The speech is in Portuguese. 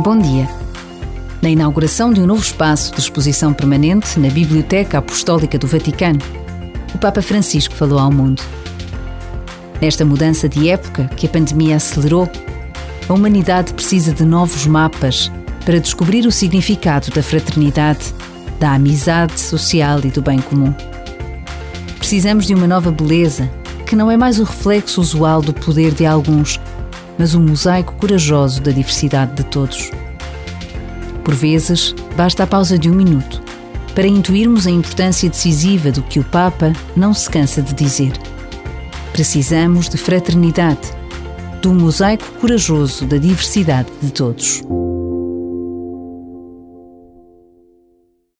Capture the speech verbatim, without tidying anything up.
Bom dia. Na inauguração de um novo espaço de exposição permanente na Biblioteca Apostólica do Vaticano, o Papa Francisco falou ao mundo. Nesta mudança de época que a pandemia acelerou, a humanidade precisa de novos mapas para descobrir o significado da fraternidade, da amizade social e do bem comum. Precisamos de uma nova beleza, que não é mais o reflexo usual do poder de alguns, mas o mosaico corajoso da diversidade de todos. Por vezes, basta a pausa de um minuto para intuirmos a importância decisiva do que o Papa não se cansa de dizer. Precisamos de fraternidade, do mosaico corajoso da diversidade de todos.